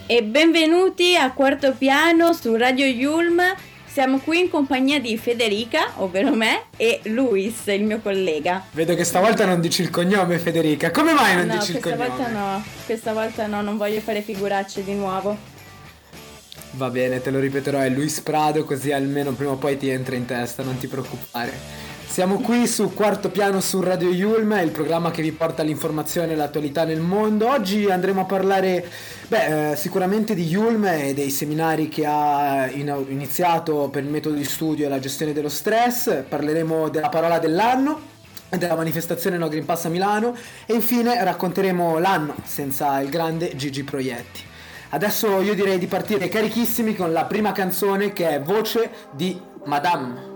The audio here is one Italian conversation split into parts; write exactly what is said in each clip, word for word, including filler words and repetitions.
E benvenuti a Quarto Piano su Radio Yulm. Siamo qui in compagnia di Federica, ovvero me, e Luis, il mio collega. Vedo che stavolta non dici il cognome, Federica. Come mai non no, dici il cognome? No, questa volta no, questa volta no, non voglio fare figuracce di nuovo. Va bene, te lo ripeterò, è Luis Prado, così almeno prima o poi ti entra in testa, non ti preoccupare. Siamo qui su Quarto Piano su Radio Yulm, il programma che vi porta l'informazione e l'attualità nel mondo. Oggi andremo a parlare beh, eh, sicuramente di Yulm e dei seminari che ha in- iniziato per il metodo di studio e la gestione dello stress. Parleremo della parola dell'anno, della manifestazione No Green Pass a Milano e infine racconteremo l'anno senza il grande Gigi Proietti. Adesso io direi di partire carichissimi con la prima canzone, che è Voce di Madame.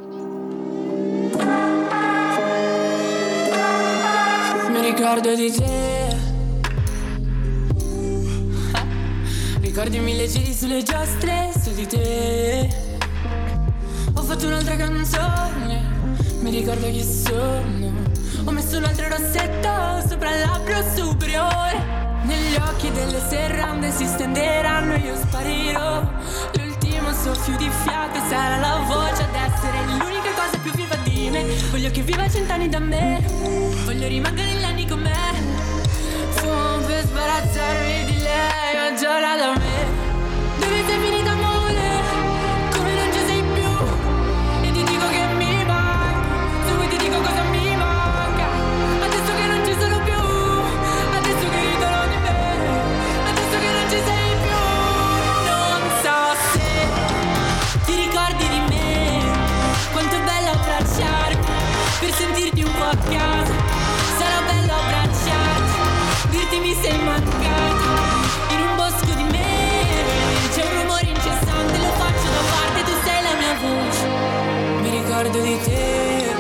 Mi ricordo di te, ricordi mille giri sulle giostre su di te. Ho fatto un'altra canzone, mi ricordo chi sono. Ho messo un altro rossetto sopra il labbro superiore. Negli occhi delle serrande si stenderanno e io sparirò. L'ultimo soffio di fiato sarà la voce ad essere l'unica cosa più viva di me. Voglio che viva cent'anni da me, voglio rimanere negli anni con me. Fumo per sbarazzarmi di lei, ma giora da me. Dove sei finita amore? Come non ci sei più? E ti dico che mi manca, se vuoi ti dico cosa mi manca. Adesso che non ci sono più, adesso che ridono di me, adesso che non ci sei più. Non so se ti ricordi di me, quanto è bello abbracciarmi per sentirti un po' a casa. Sarà bello abbracciarti, dirti mi sei mancato. In un bosco di me c'è un rumore incessante, lo faccio da parte, tu sei la mia voce. Mi ricordo di te,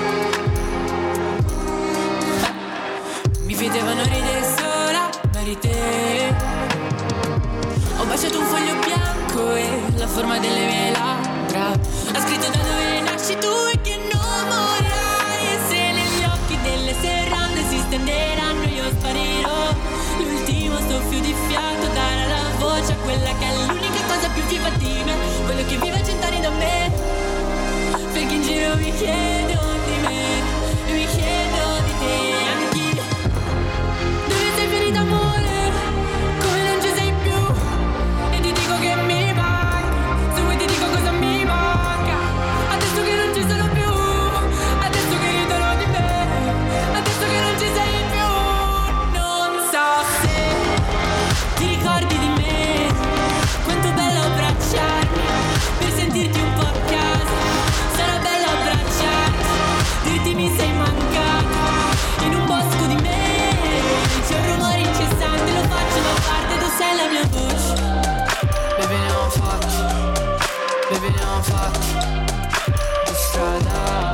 mi vedevano ridere sola, ma eri te. Ho baciato un foglio bianco e la forma delle mie labbra ha scritto da dove nasci tu e che non morirai. E se negli occhi delle serrande si stenderanno io sparirò. L'ultimo soffio di fiato darà la voce a quella che è l'unica cosa più viva di me. Voglio che viva cent'anni da me, perché in giro mi chiedo di me e mi chiedo di te anch'io. Dove sei finita amore? Come non ci sei più? E ti dico che mi manca, se vuoi ti dico cosa mi manca. Adesso che non ci sono più, adesso che ridono di me, adesso che non ci sei più. Non so se ti ricordi di me, quanto è bello abbracciarmi per sentirti un po' a casa. Sarà bello abbracciarti, dirti mi sei mancato. In un bosco di me c'è un rumore incessante, lo faccio da parte, tu sei la mia voce. Baby ne ho fatti, baby ne ho fatti di strada.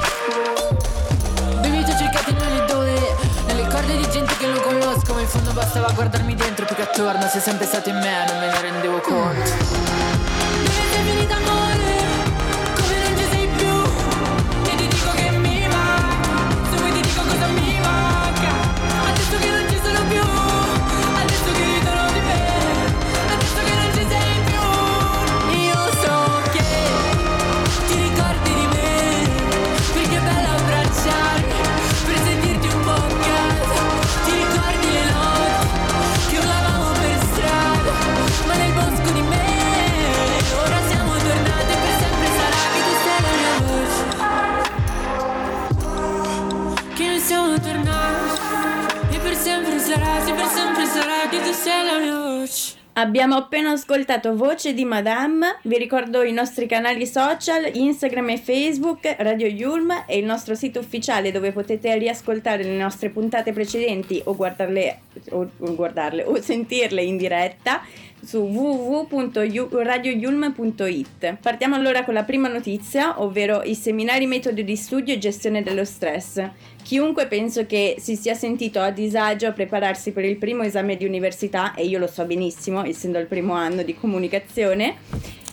Baby ti ho cercato in ogni dove, nelle corde di gente che non conosco, ma in fondo bastava guardarmi dentro più che attorno. Sei sempre stato in me, non me ne rendevo conto. Dove sei finita amore? Come non ci sei più? E ti dico che mi manca, se vuoi ti dico cosa mi manca. Adesso che non ci sono più, adesso che ridono di me, adesso che non ci sei più. Io so che ti ricordi di me, perché è bello abbracciarmi per sentirti un po' a casa. Ti ricordi le notti che urlavamo per strada, ma nel bosco di me ora siamo tornate. Per sempre sarà che tu sei la mia voce, che noi siamo tornati. E per sempre sarà, sì, per sempre sarà che tu sei la mia voce. Abbiamo appena ascoltato Voce di Madame. Vi ricordo i nostri canali social, Instagram e Facebook, Radio Yulm, e il nostro sito ufficiale dove potete riascoltare le nostre puntate precedenti o guardarle o, o, guardarle, o sentirle in diretta su w w w punto radio yulm punto i t. Partiamo allora con la prima notizia, ovvero i seminari metodi di studio e gestione dello stress. Chiunque penso che si sia sentito a disagio a prepararsi per il primo esame di università, e io lo so benissimo, essendo il primo anno di comunicazione,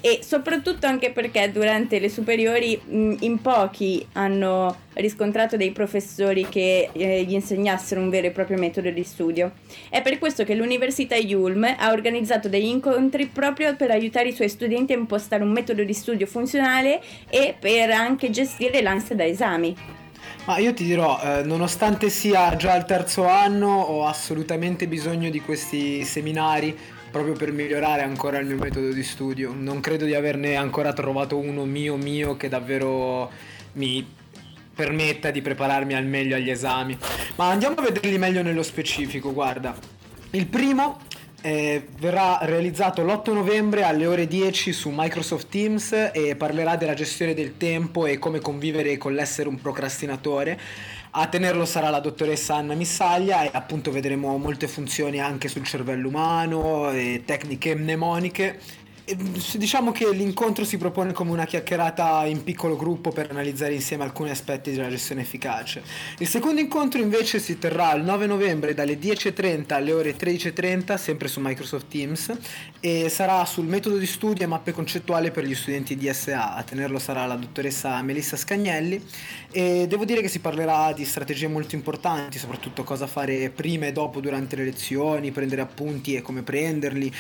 e soprattutto anche perché durante le superiori mh, in pochi hanno riscontrato dei professori che eh, gli insegnassero un vero e proprio metodo di studio. È per questo che l'Università Yulm ha organizzato degli incontri proprio per aiutare i suoi studenti a impostare un metodo di studio funzionale e per anche gestire l'ansia da esami. Ma io ti dirò, eh, nonostante sia già al terzo anno, ho assolutamente bisogno di questi seminari proprio per migliorare ancora il mio metodo di studio. Non credo di averne ancora trovato uno mio mio che davvero mi permetta di prepararmi al meglio agli esami. Ma andiamo a vederli meglio nello specifico. Guarda, il primo eh, verrà realizzato l'otto novembre alle ore dieci su Microsoft Teams e parlerà della gestione del tempo e come convivere con l'essere un procrastinatore. A tenerlo sarà la dottoressa Anna Missaglia e appunto vedremo molte funzioni anche sul cervello umano e tecniche mnemoniche. E diciamo che l'incontro si propone come una chiacchierata in piccolo gruppo per analizzare insieme alcuni aspetti della gestione efficace. Il secondo incontro invece si terrà il nove novembre dalle dieci e trenta alle ore tredici e trenta, sempre su Microsoft Teams, e sarà sul metodo di studio e mappe concettuali per gli studenti di S A. A tenerlo sarà la dottoressa Melissa Scagnelli e devo dire che si parlerà di strategie molto importanti, soprattutto cosa fare prima e dopo durante le lezioni, prendere appunti e come prenderli.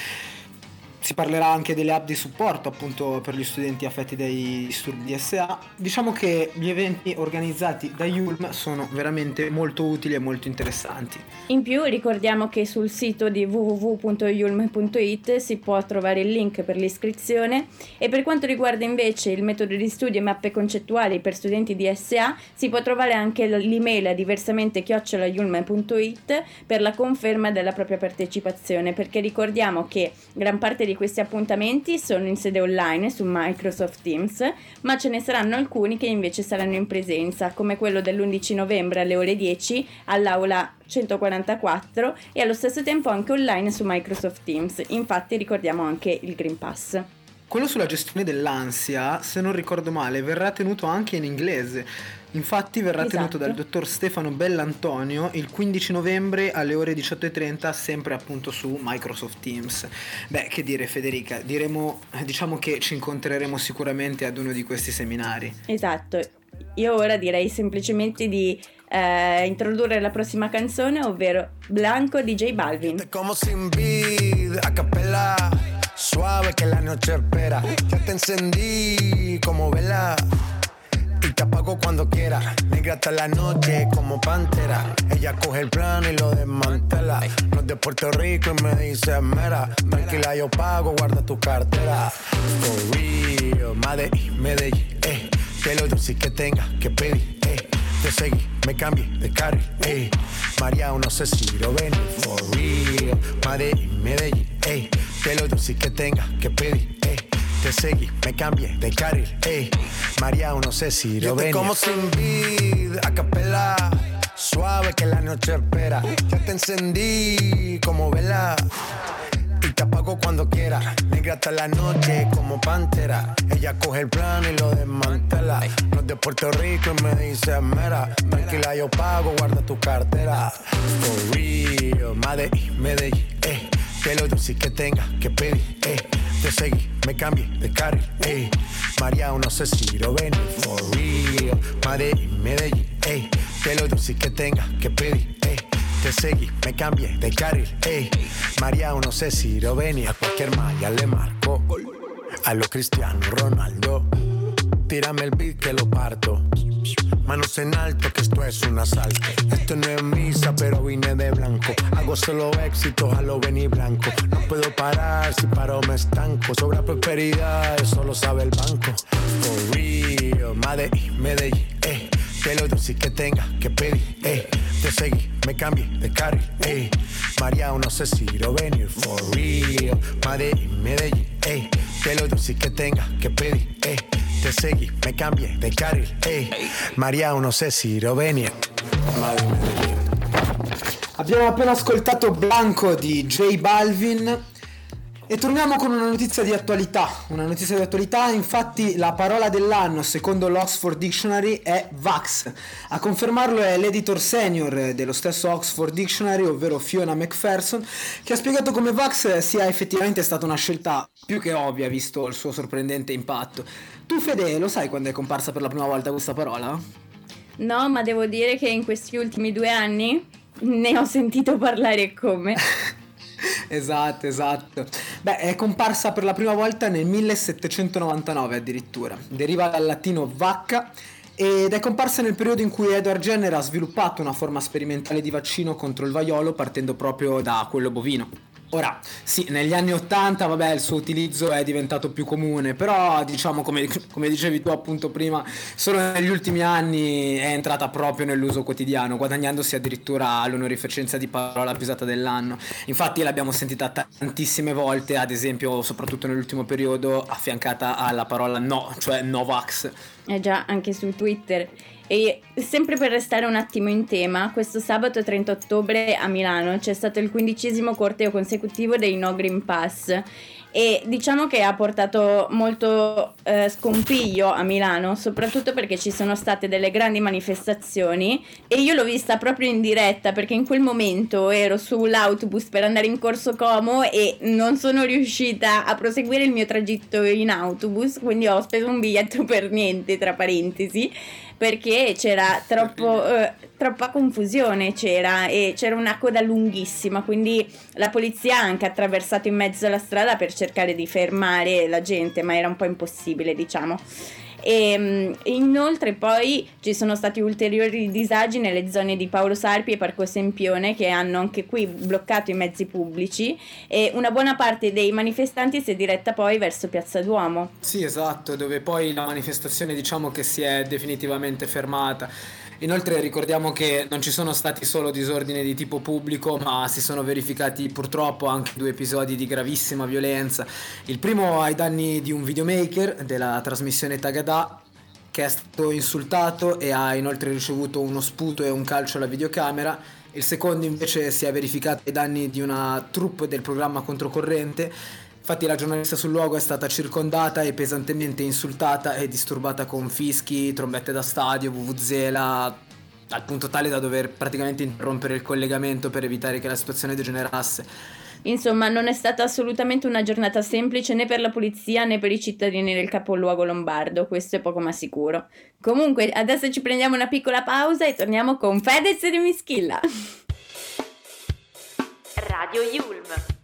Si parlerà anche delle app di supporto appunto per gli studenti affetti dai disturbi di S A. Diciamo che gli eventi organizzati da Yulm sono veramente molto utili e molto interessanti. In più ricordiamo che sul sito di w w w punto yulm punto i t si può trovare il link per l'iscrizione e per quanto riguarda invece il metodo di studio e mappe concettuali per studenti di S A si può trovare anche l'email a diversamente chiocciola yulm punto i t per la conferma della propria partecipazione, perché ricordiamo che gran parte di questi appuntamenti sono in sede online su Microsoft Teams, ma ce ne saranno alcuni che invece saranno in presenza, come quello dell'undici novembre alle ore dieci all'aula centoquarantaquattro e allo stesso tempo anche online su Microsoft Teams. Infatti ricordiamo anche il Green Pass. Quello sulla gestione dell'ansia, se non ricordo male, verrà tenuto anche in inglese. Infatti verrà Esatto. tenuto dal dottor Stefano Bellantonio il quindici novembre alle ore diciotto e trenta, sempre appunto su Microsoft Teams. Beh, che dire Federica, diremo, diciamo che ci incontreremo sicuramente ad uno di questi seminari. Esatto, io ora direi semplicemente di eh, introdurre la prossima canzone, ovvero Blanco di J Balvin. Como sin vid, a capela, suave que la noche espera. Ya te encendí como vela y te apago cuando quiera. Negra hasta la noche como pantera. Ella coge el plano y lo desmantela. No es de Puerto Rico y me dice mera. Tranquila, yo pago, guarda tu cartera. For real, Medellín, Medellín, eh. Que lo dulce que tenga que pedir, eh. Te seguí, me cambié de carril, eh. María, no sé si lo ven. For real, Medellín, Medellín, eh. Que lo dulce que tenga que pedir, eh. Te seguí, me cambié de carril, ey. María, no sé si lo ven. Como sin vid, a capela, suave que la noche espera. Ya te encendí como vela y te apago cuando quiera. Negra hasta la noche como pantera. Ella coge el plano y lo desmantela. No es de Puerto Rico y me dice mera. Tranquila, yo pago, guarda tu cartera. For real, Medellín, Medellín, eh. Que lo dulce que tenga que pedir, eh. Te seguí, me cambié de carril, ey. María, no sé si lo ven. For real, Medellín, Medellín, ey. Que lo dulce que tenga que pedir, ey. Te seguí, me cambié de carril, ey. María, no sé si lo ven. A cualquier malla le marco. A lo Cristiano Ronaldo. Tírame el beat que lo parto. Manos en alto, que esto es un asalto. Esto no es misa, pero vine de blanco. Hago solo éxitos a lo Benny Blanco. No puedo parar, si paro me estanco. Sobra prosperidad, eso lo sabe el banco. For real, Medellín, Medellín, eh. Que lo dulce que tenga que pedir, eh. Te seguí, me cambié de carril, eh. María, no sé si lo venir. For real, Medellín, Medellín, eh. Que lo dulce que tenga que pedir, eh. Te seguí, me cambié de carril, ey. María, no sé si lo venir. Abbiamo appena ascoltato Blanco di J Balvin. E torniamo con una notizia di attualità, una notizia di attualità, infatti la parola dell'anno secondo l'Oxford Dictionary è Vax. A confermarlo è l'editor senior dello stesso Oxford Dictionary, ovvero Fiona McPherson, che ha spiegato come Vax sia effettivamente stata una scelta più che ovvia visto il suo sorprendente impatto. Tu Fede, lo sai quando è comparsa per la prima volta questa parola? No, ma devo dire che in questi ultimi due anni ne ho sentito parlare come... Esatto, esatto. Beh, è comparsa per la prima volta nel millesettecentonovantanove addirittura. Deriva dal latino vacca ed è comparsa nel periodo in cui Edward Jenner ha sviluppato una forma sperimentale di vaccino contro il vaiolo partendo proprio da quello bovino. Ora, sì, negli anni ottanta, vabbè, il suo utilizzo è diventato più comune, però diciamo, come, come dicevi tu appunto prima, solo negli ultimi anni è entrata proprio nell'uso quotidiano, guadagnandosi addirittura l'onorificenza di parola più usata dell'anno. Infatti l'abbiamo sentita tantissime volte, ad esempio, soprattutto nell'ultimo periodo, affiancata alla parola no, cioè Novax. Eh già, anche su Twitter. E sempre per restare un attimo in tema, questo sabato trenta ottobre a Milano c'è stato il quindicesimo corteo consecutivo dei No Green Pass e diciamo che ha portato molto eh, scompiglio a Milano, soprattutto perché ci sono state delle grandi manifestazioni e io l'ho vista proprio in diretta perché in quel momento ero sull'autobus per andare in Corso Como e non sono riuscita a proseguire il mio tragitto in autobus, quindi ho speso un biglietto per niente, tra parentesi, perché c'era troppo, eh, troppa confusione c'era e c'era una coda lunghissima, quindi la polizia ha anche attraversato in mezzo alla strada per cercare di fermare la gente, ma era un po' impossibile, diciamo. E inoltre poi ci sono stati ulteriori disagi nelle zone di Paolo Sarpi e Parco Sempione che hanno anche qui bloccato i mezzi pubblici e una buona parte dei manifestanti si è diretta poi verso Piazza Duomo. Sì, esatto, dove poi la manifestazione diciamo che si è definitivamente fermata. Inoltre ricordiamo che non ci sono stati solo disordini di tipo pubblico, ma si sono verificati purtroppo anche due episodi di gravissima violenza. Il primo ai danni di un videomaker della trasmissione Tagadà, che è stato insultato e ha inoltre ricevuto uno sputo e un calcio alla videocamera. Il secondo invece si è verificato ai danni di una troupe del programma Controcorrente. Infatti la giornalista sul luogo è stata circondata e pesantemente insultata e disturbata con fischi, trombette da stadio, vuvuzela, al punto tale da dover praticamente interrompere il collegamento per evitare che la situazione degenerasse. Insomma, non è stata assolutamente una giornata semplice né per la polizia né per i cittadini del capoluogo lombardo, questo è poco ma sicuro. Comunque, adesso ci prendiamo una piccola pausa e torniamo con Fedez e Mischilla. Radio Yulm.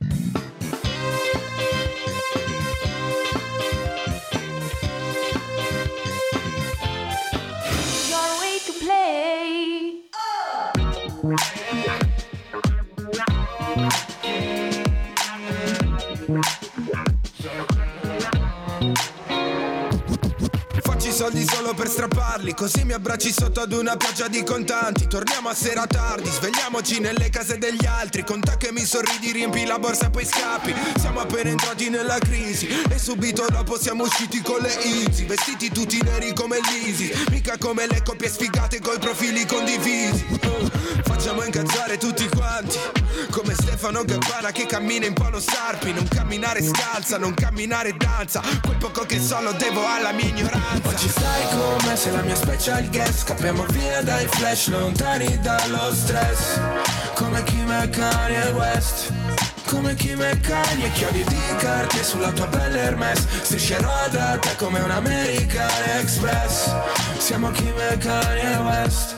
Facci soldi solo per strapparli, così mi abbracci sotto ad una pioggia di contanti. Torniamo a sera tardi, svegliamoci nelle case degli altri. Con te che mi sorridi, riempi la borsa e poi scappi. Siamo appena entrati nella crisi e subito dopo siamo usciti con le easy. Vestiti tutti neri come l'Easy, mica come le coppie sfigate coi profili condivisi. uh, Facciamo incazzare tutti quanti, come Stefano Gabbana che cammina in polo Sarpi. Non camminare scalza, non camminare danza, quel poco che so lo devo alla mia ignoranza. Oggi stai come sei la mia special guest, scappiamo via dai flash, lontani dallo stress. Come Kim e Kanye West, come Kim e Kanye, chiodi di Cartier sulla tua pelle Hermes. Striscerò da te come un American Express. Siamo Kim e Kanye West.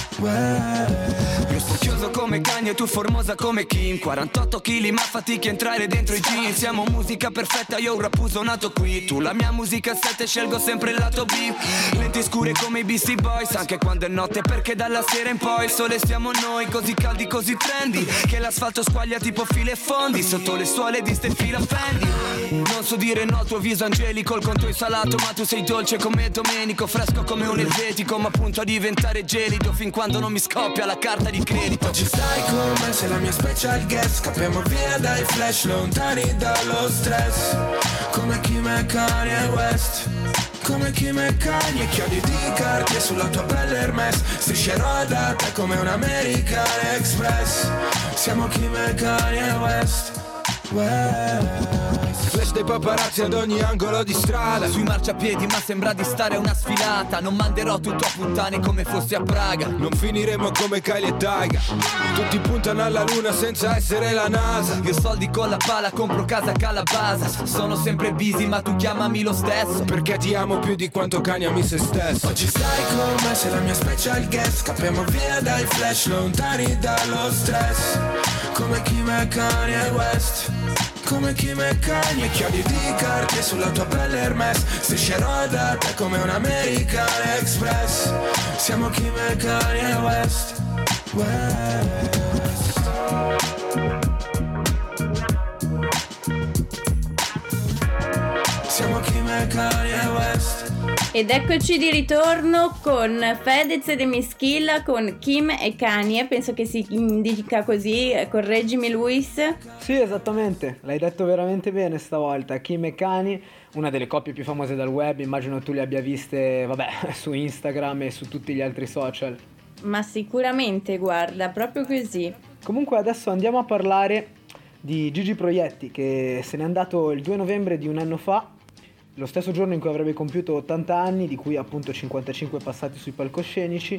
Io spocchioso come Kanye e tu formosa come Kim. quarantotto chili ma fatichi a entrare dentro i jeans. Siamo musica perfetta, io un rapuso nato qui. Tu la mia musica a sette, scelgo sempre il lato B. Lenti scure come i Beastie Boys, anche quando è notte, perché dalla sera in poi il sole siamo noi. Così caldi, così trendy, che l'asfalto squaglia tipo file e fondi. Sotto le suole di ste fila Fendi. Non so dire no al tuo viso angelico, il conto è salato ma tu sei dolce come Domenico. Fresco come un elvetico ma punto a diventare gelido fin quando non mi scoppia la carta di credito. Oggi stai come sei la mia special guest, scappiamo via dai flash, lontani dallo stress. Come Kim e Kanye West, come Kim e Kanye, chiodi di Cartier sulla tua pelle Hermes. Striscerò da te come un American Express. Siamo Kim e Kanye West. Flash dei paparazzi ad ogni angolo di strada. Sui marciapiedi ma sembra di stare a una sfilata. Non manderò tutto a puttane come fossi a Praga. Non finiremo come Kylie e Taiga. Tutti puntano alla luna senza essere la NASA. Io soldi con la pala, compro casa a Calabasas. Sono sempre busy ma tu chiamami lo stesso. Perché ti amo più di quanto Kanye ami se stesso. Oggi stai con me, sei la mia special guest. Scappiamo via dai flash, lontani dallo stress. Come Kim e Kanye West. Come Kim e Kanye, chiodi di carte sulla tua pelle Hermes. Striscerò da te come un American Express. Siamo Kim e Kanye West, West. Siamo Kim e Kanye West. Ed eccoci di ritorno con Fedez e Demischilla con Kim e Kanye, penso che si indica così, correggimi Luis. Sì, esattamente, l'hai detto veramente bene stavolta, Kim e Kanye, una delle coppie più famose dal web, immagino tu le abbia viste, vabbè, su Instagram e su tutti gli altri social. Ma sicuramente, guarda, proprio così. Comunque adesso andiamo a parlare di Gigi Proietti, che se n'è andato il due novembre di un anno fa, lo stesso giorno in cui avrebbe compiuto ottanta anni, di cui appunto cinquantacinque passati sui palcoscenici,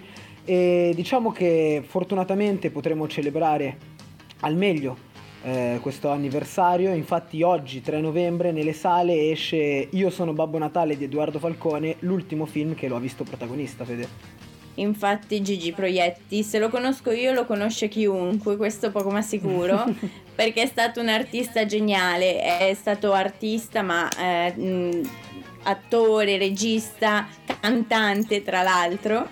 e diciamo che fortunatamente potremo celebrare al meglio eh, questo anniversario. Infatti oggi, tre novembre, nelle sale esce Io sono Babbo Natale di Edoardo Falcone, l'ultimo film che lo ha visto protagonista, Fede. Infatti Gigi Proietti, se lo conosco io lo conosce chiunque, questo poco ma sicuro, perché è stato un artista geniale, è stato artista ma eh, mh, attore, regista, cantante tra l'altro,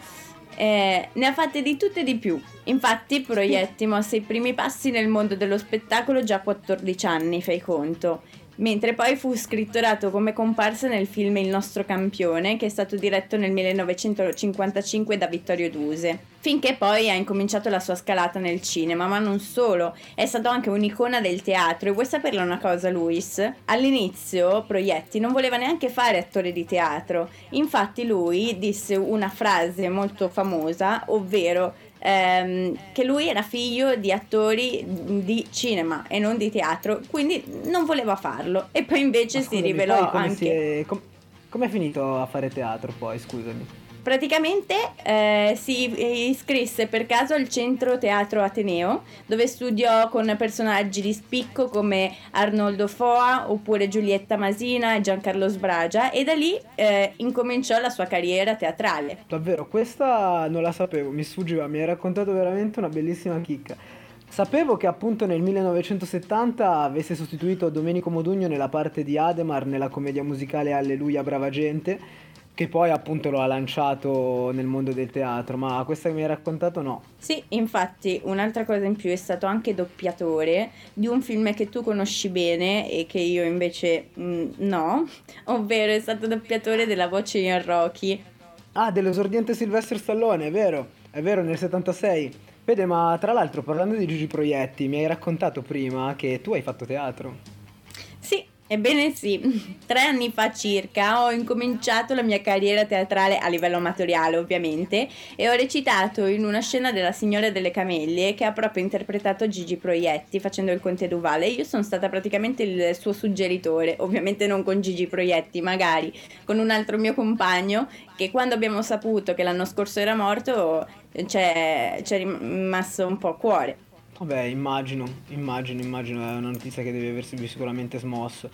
eh, ne ha fatte di tutte e di più. Infatti Proietti mosse i primi passi nel mondo dello spettacolo già a quattordici anni, fai conto. Mentre poi fu scrittorato come comparsa nel film Il nostro campione, che è stato diretto nel millenovecentocinquantacinque da Vittorio Duse, finché poi ha incominciato la sua scalata nel cinema. Ma non solo, è stato anche un'icona del teatro. E vuoi saperla una cosa, Luis? All'inizio Proietti non voleva neanche fare attore di teatro, infatti lui disse una frase molto famosa, ovvero Ehm, che lui era figlio di attori di cinema e non di teatro, quindi non voleva farlo, e poi invece Ma si scusami, rivelò poi come anche si è, com- com'è finito a fare teatro poi, scusami? praticamente eh, si iscrisse per caso al Centro Teatro Ateneo, dove studiò con personaggi di spicco come Arnoldo Foa oppure Giulietta Masina e Giancarlo Sbragia, e da lì eh, incominciò la sua carriera teatrale. Davvero, questa non la sapevo, mi sfuggiva, mi hai raccontato veramente una bellissima chicca. Sapevo che appunto nel millenovecentosettanta avesse sostituito Domenico Modugno nella parte di Ademar nella commedia musicale Alleluia Brava Gente, che poi appunto lo ha lanciato nel mondo del teatro, ma questa che mi hai raccontato no. Sì, infatti un'altra cosa in più, è stato anche doppiatore di un film che tu conosci bene e che io invece mh, no, ovvero è stato doppiatore della voce in Rocky. Ah, dell'esordiente Sylvester Stallone, è vero, è vero, nel settantasei. Vede, ma tra l'altro parlando di Gigi Proietti, mi hai raccontato prima che tu hai fatto teatro. Sì, ebbene sì, tre anni fa circa ho incominciato la mia carriera teatrale a livello amatoriale ovviamente, e ho recitato in una scena della Signora delle Camellie che ha proprio interpretato Gigi Proietti facendo il Conte Duval, e io sono stata praticamente il suo suggeritore, ovviamente non con Gigi Proietti, magari con un altro mio compagno, che quando abbiamo saputo che l'anno scorso era morto c'è, c'è rimasto un po' a cuore. Vabbè, immagino, immagino, immagino, è una notizia che deve aversi sicuramente smosso.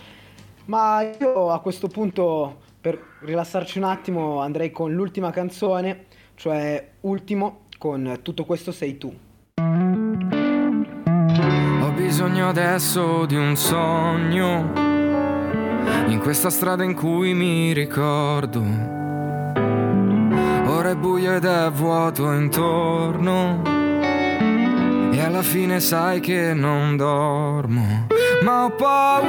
Ma io a questo punto, per rilassarci un attimo, andrei con l'ultima canzone, cioè Ultimo, con Tutto questo sei tu. Ho bisogno adesso di un sogno, in questa strada in cui mi ricordo. Ora è buio ed è vuoto intorno, e alla fine sai che non dormo, ma ho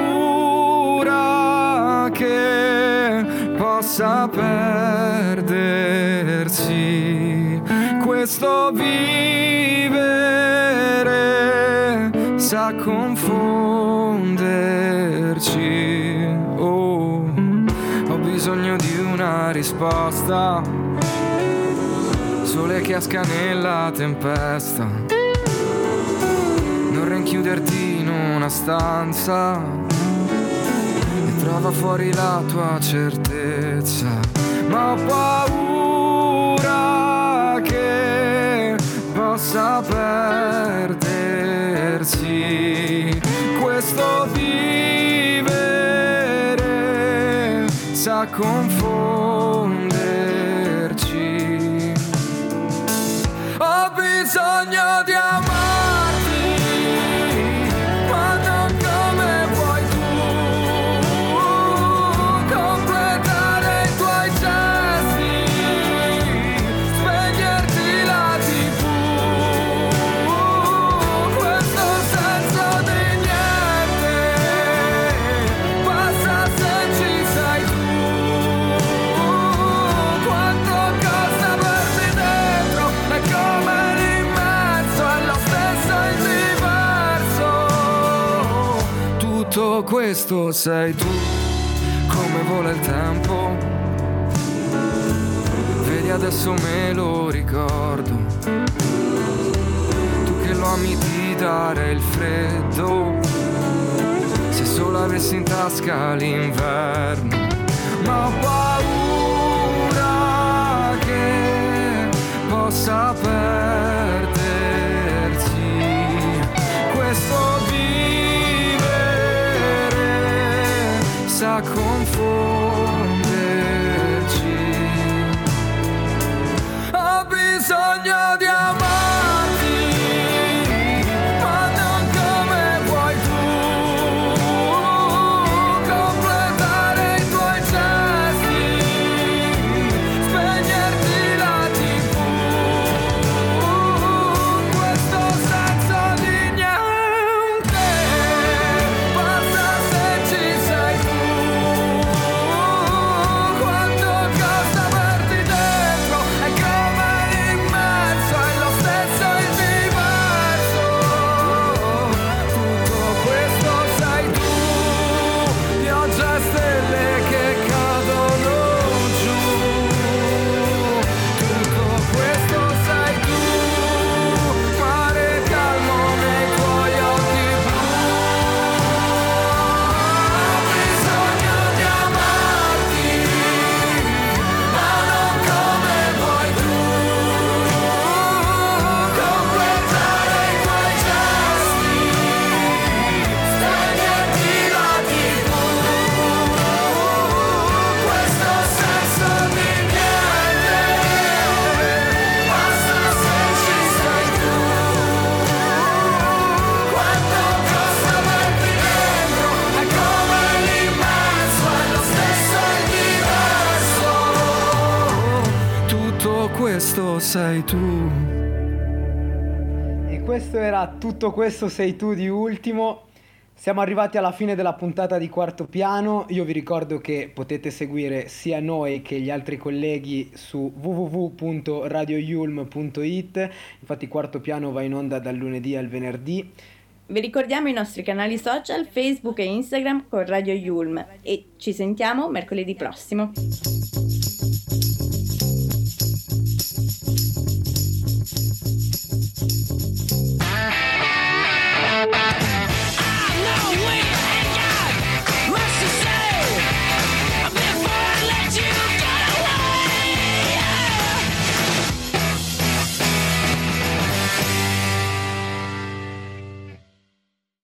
paura che possa perdersi questo vivere, sa confonderci. Oh, ho bisogno di una risposta, sole che esca nella tempesta, non rinchiuderti in una stanza e trova fuori la tua certezza, ma ho paura che possa perdersi questo vivere, sa confonderci. Ho bisogno di amarti, ma non come vuoi tu, completare i tuoi gesti, spegnerti la tivù, questo senso di niente passa se ci sei tu. Quanto costa averti dentro, è come l'immenso, è lo stesso il diverso. Tutto questo sei tu, come vola il tempo, vedi adesso me lo ricordo, tu che lo ami di dare il freddo, se solo avessi in tasca l'inverno, ma ho paura che possa perdersi questo vivere, sa confonderci. Ho bisogno di amarti, ma non come vuoi tu, completare i tuoi gesti, spegnerti la tivù, questo senso di niente passa se ci sei tu. Quanto costa averti dentro, è come l'immenso, è lo stesso il diverso. Tutto questo sei tu, pioggia e stelle che cadono giù. Tutto questo sei tu, mare calmo nei tuoi occhi blu. Ho bisogno di amarti, ma non come vuoi tu, completare i tuoi gesti, spegnerti la tivù, questo senso di niente basta se ci sei tu. Quanto costa averti dentro, è come l'immenso, è lo stesso il diverso. Tutto questo sei tu. E questo era Tutto questo sei tu di Ultimo. Siamo arrivati alla fine della puntata di Quarto Piano. Io vi ricordo che potete seguire sia noi che gli altri colleghi su w w w punto radio yulm punto it. Infatti Quarto Piano va in onda dal lunedì al venerdì. Vi ricordiamo i nostri canali social Facebook e Instagram con Radio Yulm e ci sentiamo mercoledì prossimo.